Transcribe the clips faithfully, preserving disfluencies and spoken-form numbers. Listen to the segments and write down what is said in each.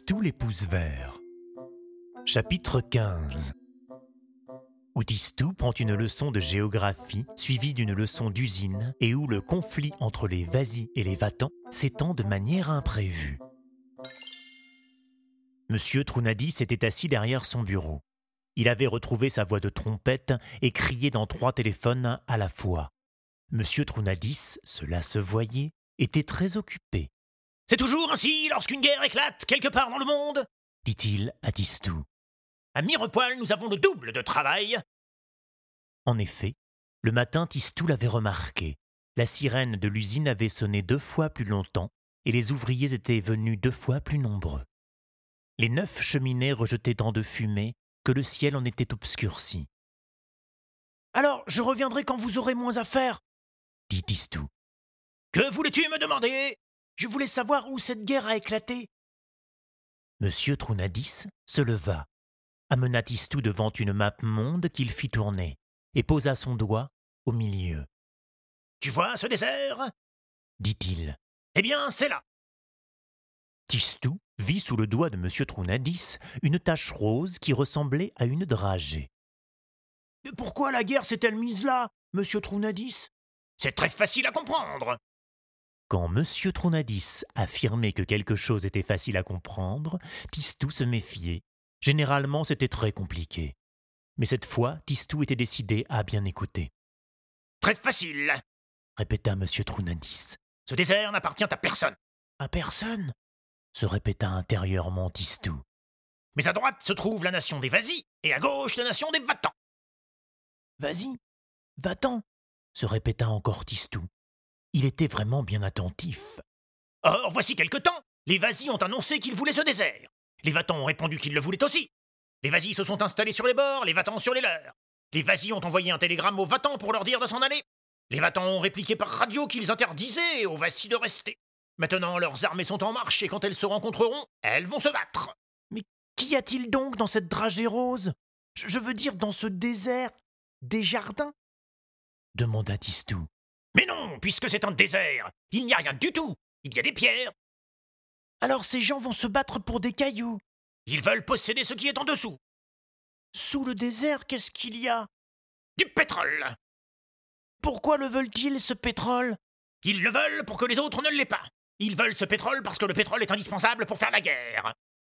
Tistou les pouces verts. Chapitre quinze. Où Tistou prend une leçon de géographie suivie d'une leçon d'usine et où le conflit entre les vas-y et les va-t'en s'étend de manière imprévue. Monsieur Trounadis était assis derrière son bureau. Il avait retrouvé sa voix de trompette et criait dans trois téléphones à la fois. Monsieur Trounadis, cela se voyait, était très occupé. « C'est toujours ainsi lorsqu'une guerre éclate quelque part dans le monde ?» dit-il à Tistou. « À Mirepoix, nous avons le double de travail. » En effet, le matin, Tistou l'avait remarqué. La sirène de l'usine avait sonné deux fois plus longtemps et les ouvriers étaient venus deux fois plus nombreux. Les neuf cheminées rejetaient tant de fumée que le ciel en était obscurci. « Alors, je reviendrai quand vous aurez moins à faire, » dit Tistou. « Que voulais-tu me demander ?»« Je voulais savoir où cette guerre a éclaté. » Monsieur Trounadis se leva, amena Tistou devant une map monde qu'il fit tourner et posa son doigt au milieu. « Tu vois ce désert ?» dit-il. « Eh bien, c'est là. » Tistou vit sous le doigt de Monsieur Trounadis une tache rose qui ressemblait à une dragée. « Pourquoi la guerre s'est-elle mise là, Monsieur Trounadis ?»« C'est très facile à comprendre. » Quand Monsieur Trounadis affirmait que quelque chose était facile à comprendre, Tistou se méfiait. Généralement, c'était très compliqué. Mais cette fois, Tistou était décidé à bien écouter. « Très facile, » répéta Monsieur Trounadis. « Ce désert n'appartient à personne. »« À personne ?» se répéta intérieurement Tistou. « Mais à droite se trouve la nation des vas-y et à gauche la nation des va-t'en. »« Vas-y, va-t'en » se répéta encore Tistou. Il était vraiment bien attentif. « Or, voici quelque temps, les vas-y ont annoncé qu'ils voulaient ce désert. Les va-t'en ont répondu qu'ils le voulaient aussi. Les vas-y se sont installés sur les bords, les va-t'en sur les leurs. Les vas-y ont envoyé un télégramme aux va-t'en pour leur dire de s'en aller. Les va-t'en ont répliqué par radio qu'ils interdisaient aux vas-y de rester. Maintenant, leurs armées sont en marche et quand elles se rencontreront, elles vont se battre. »« Mais qu'y a-t-il donc dans cette dragée rose ? Je veux dire, dans ce désert, des jardins ?» demanda Tistou. « Mais non, puisque c'est un désert, il n'y a rien du tout. Il y a des pierres. »« Alors ces gens vont se battre pour des cailloux. »« Ils veulent posséder ce qui est en dessous. »« Sous le désert, qu'est-ce qu'il y a ? » ?»« Du pétrole. »« Pourquoi le veulent-ils, ce pétrole ? » ?»« Ils le veulent pour que les autres ne l'aient pas. Ils veulent ce pétrole parce que le pétrole est indispensable pour faire la guerre. »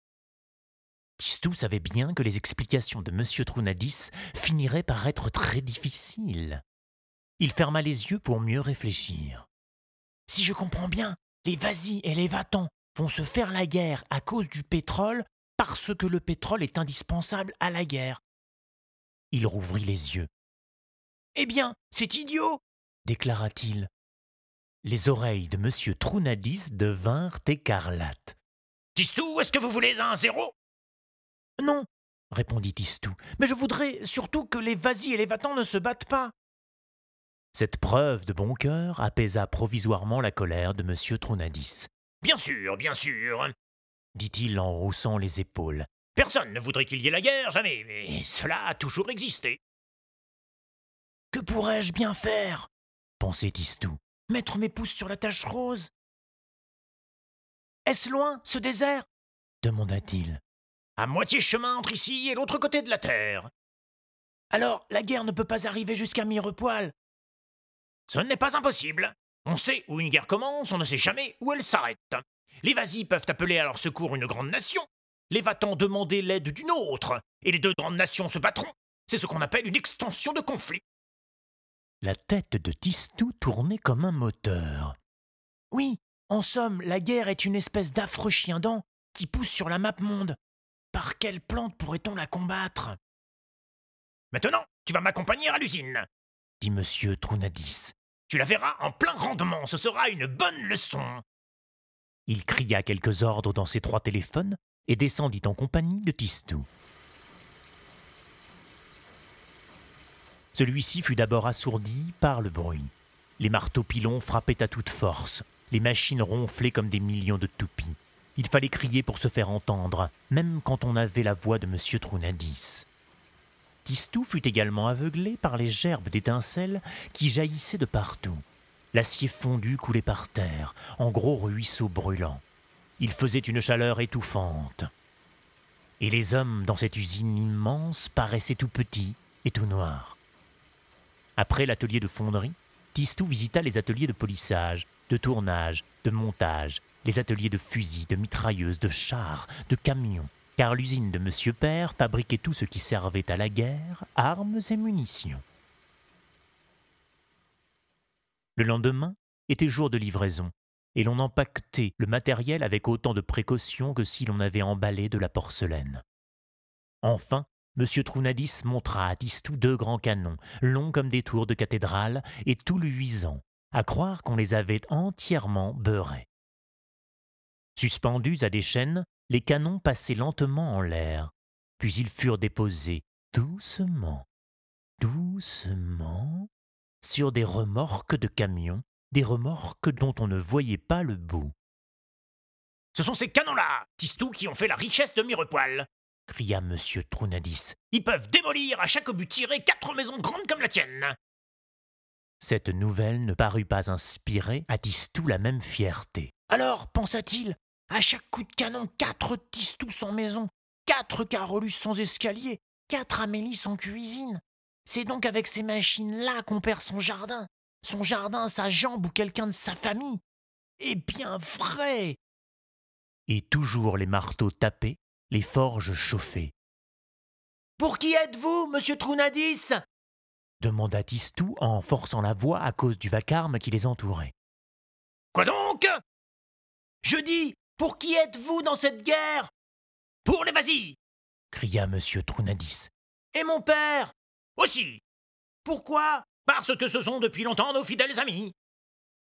Tistou savait bien que les explications de Monsieur Trounadis finiraient par être très difficiles. Il ferma les yeux pour mieux réfléchir. « Si je comprends bien, les vas-y et les va-t'en vont se faire la guerre à cause du pétrole parce que le pétrole est indispensable à la guerre. » Il rouvrit les yeux. « Eh bien, c'est idiot !» déclara-t-il. Les oreilles de Monsieur Trounadis devinrent écarlates. « Tistou, est-ce que vous voulez un zéro ?»« Non, » répondit Tistou, « mais je voudrais surtout que les vas-y et les va-t'en ne se battent pas. » Cette preuve de bon cœur apaisa provisoirement la colère de Monsieur Trounadis. « Bien sûr, bien sûr, » dit-il en haussant les épaules. « Personne ne voudrait qu'il y ait la guerre, jamais, mais cela a toujours existé. »« Que pourrais-je bien faire ?» pensait Tistou. « Mettre mes pouces sur la tache rose ?»« Est-ce loin, ce désert ?» demanda-t-il. « À moitié chemin entre ici et l'autre côté de la terre. »« Alors, la guerre ne peut pas arriver jusqu'à Mirepoix ?»« Ce n'est pas impossible. On sait où une guerre commence, on ne sait jamais où elle s'arrête. Les vas-y peuvent appeler à leur secours une grande nation. Les va-t'en demander l'aide d'une autre. Et les deux grandes nations se battront. C'est ce qu'on appelle une extension de conflit. » La tête de Tistou tournait comme un moteur. « Oui, en somme, la guerre est une espèce d'affreux chien-dent qui pousse sur la map monde. Par quelle plante pourrait-on la combattre ?»« Maintenant, tu vas m'accompagner à l'usine, » dit Monsieur Trounadis. « Tu la verras en plein rendement, ce sera une bonne leçon. » Il cria quelques ordres dans ses trois téléphones et descendit en compagnie de Tistou. Celui-ci fut d'abord assourdi par le bruit. Les marteaux-pilons frappaient à toute force. Les machines ronflaient comme des millions de toupies. Il fallait crier pour se faire entendre, même quand on avait la voix de Monsieur Trounadis. Tistou fut également aveuglé par les gerbes d'étincelles qui jaillissaient de partout. L'acier fondu coulait par terre, en gros ruisseaux brûlants. Il faisait une chaleur étouffante. Et les hommes dans cette usine immense paraissaient tout petits et tout noirs. Après l'atelier de fonderie, Tistou visita les ateliers de polissage, de tournage, de montage, les ateliers de fusils, de mitrailleuses, de chars, de camions, car l'usine de Monsieur Père fabriquait tout ce qui servait à la guerre, armes et munitions. Le lendemain était jour de livraison, et l'on empaquetait le matériel avec autant de précaution que si l'on avait emballé de la porcelaine. Enfin, Monsieur Trounadis montra à Tistou deux grands canons, longs comme des tours de cathédrale et tout luisants, à croire qu'on les avait entièrement beurrés. Suspendus à des chaînes, les canons passaient lentement en l'air, puis ils furent déposés doucement, doucement, sur des remorques de camions, des remorques dont on ne voyait pas le bout. « Ce sont ces canons-là, Tistou, qui ont fait la richesse de Mirepoix !» cria Monsieur Trounadis. « Ils peuvent démolir à chaque obus tiré quatre maisons grandes comme la tienne !» Cette nouvelle ne parut pas inspirer à Tistou la même fierté. Alors, pensa-t-il, à chaque coup de canon, quatre Tistou sans maison, quatre Carolus sans escalier, quatre Amélie sans cuisine. C'est donc avec ces machines-là qu'on perd son jardin. Son jardin, sa jambe ou quelqu'un de sa famille. Eh bien vrai ! Et toujours les marteaux tapaient, les forges chauffaient. « Pour qui êtes-vous, monsieur Trounadis ?» demanda Tistou en forçant la voix à cause du vacarme qui les entourait. « Quoi donc ?»« Je dis, pour qui êtes-vous dans cette guerre ?»« Pour les Vazis !» cria Monsieur Trounadis. « Et mon père ?»« Aussi !»« Pourquoi ?»« Parce que ce sont depuis longtemps nos fidèles amis. »« Évidemment !»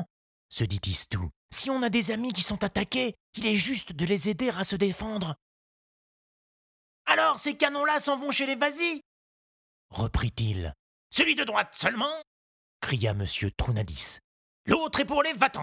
se dit Tistou. « Si on a des amis qui sont attaqués, il est juste de les aider à se défendre. »« Alors ces canons-là s'en vont chez les Vazis ?» reprit-il. « Celui de droite seulement ?» cria Monsieur Trounadis. « L'autre est pour les Vatans. »«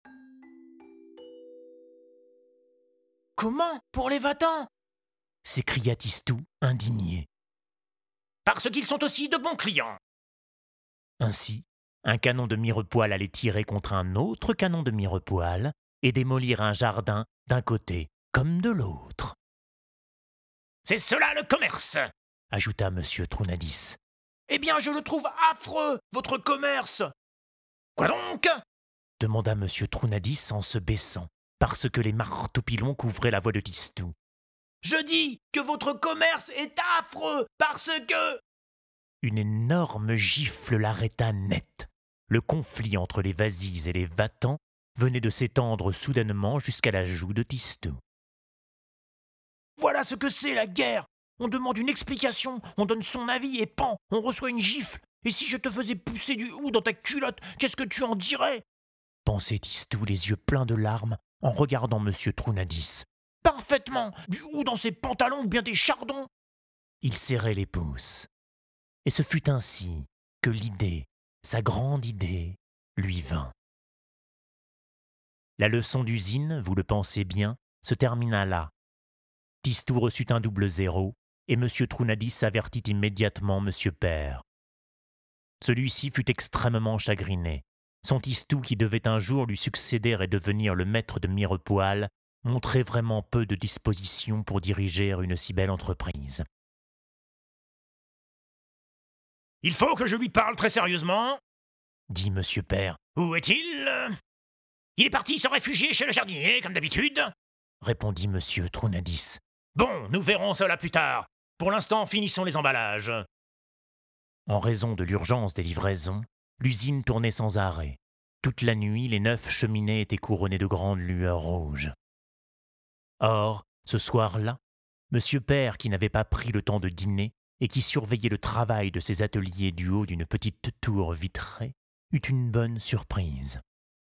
Comment pour les Vatans ?» s'écria Tistou, indigné. « Parce qu'ils sont aussi de bons clients. » Ainsi, un canon de Mirepoix allait tirer contre un autre canon de Mirepoix et démolir un jardin d'un côté comme de l'autre. « C'est cela le commerce !» ajouta Monsieur Trounadis. « Eh bien, je le trouve affreux, votre commerce !»« Quoi donc ?» demanda Monsieur Trounadis en se baissant, parce que les marteaux-pilons couvraient la voix de Tistou. « Je dis que votre commerce est affreux, parce que... » Une énorme gifle l'arrêta net. Le conflit entre les Vazis et les Vatans venait de s'étendre soudainement jusqu'à la joue de Tistou. « Voilà ce que c'est la guerre. On demande une explication, on donne son avis et pan, on reçoit une gifle. Et si je te faisais pousser du hou dans ta culotte, qu'est-ce que tu en dirais ?» pensait Tistou, les yeux pleins de larmes, en regardant Monsieur Trounadis. « Parfaitement, du hou dans ses pantalons ou bien des chardons !» Il serrait les pouces. Et ce fut ainsi que l'idée, sa grande idée, lui vint. La leçon d'usine, vous le pensez bien, se termina là. Tistou reçut un double zéro, et Monsieur Trounadis avertit immédiatement Monsieur Père. Celui-ci fut extrêmement chagriné. Son Tistou, qui devait un jour lui succéder et devenir le maître de Mirepoix, montrait vraiment peu de disposition pour diriger une si belle entreprise. « Il faut que je lui parle très sérieusement, » dit Monsieur Père. « Où est-il ?»« Il est parti se réfugier chez le jardinier, comme d'habitude, » répondit Monsieur Trounadis. « Bon, nous verrons cela plus tard. Pour l'instant, finissons les emballages. » En raison de l'urgence des livraisons, l'usine tournait sans arrêt. Toute la nuit, les neuf cheminées étaient couronnées de grandes lueurs rouges. Or, ce soir-là, Monsieur Père, qui n'avait pas pris le temps de dîner et qui surveillait le travail de ses ateliers du haut d'une petite tour vitrée, eut une bonne surprise.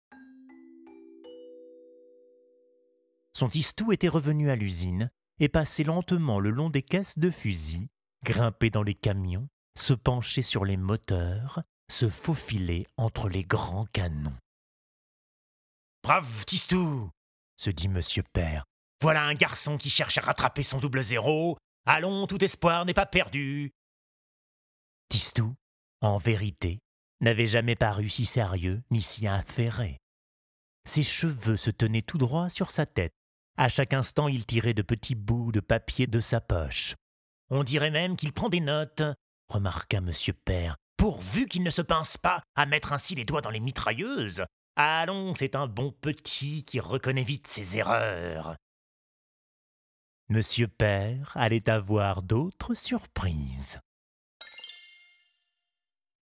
Son Tistou était revenu à l'usine et passait lentement le long des caisses de fusils, grimpait dans les camions, se penchait sur les moteurs, se faufilait entre les grands canons. « Brave Tistou !» se dit Monsieur Père. « Voilà un garçon qui cherche à rattraper son double zéro. Allons, tout espoir n'est pas perdu. » Tistou, en vérité, n'avait jamais paru si sérieux ni si affairé. Ses cheveux se tenaient tout droit sur sa tête. À chaque instant, il tirait de petits bouts de papier de sa poche. « On dirait même qu'il prend des notes, » remarqua Monsieur Père, « pourvu qu'il ne se pince pas à mettre ainsi les doigts dans les mitrailleuses. Allons, c'est un bon petit qui reconnaît vite ses erreurs. » Monsieur Père allait avoir d'autres surprises.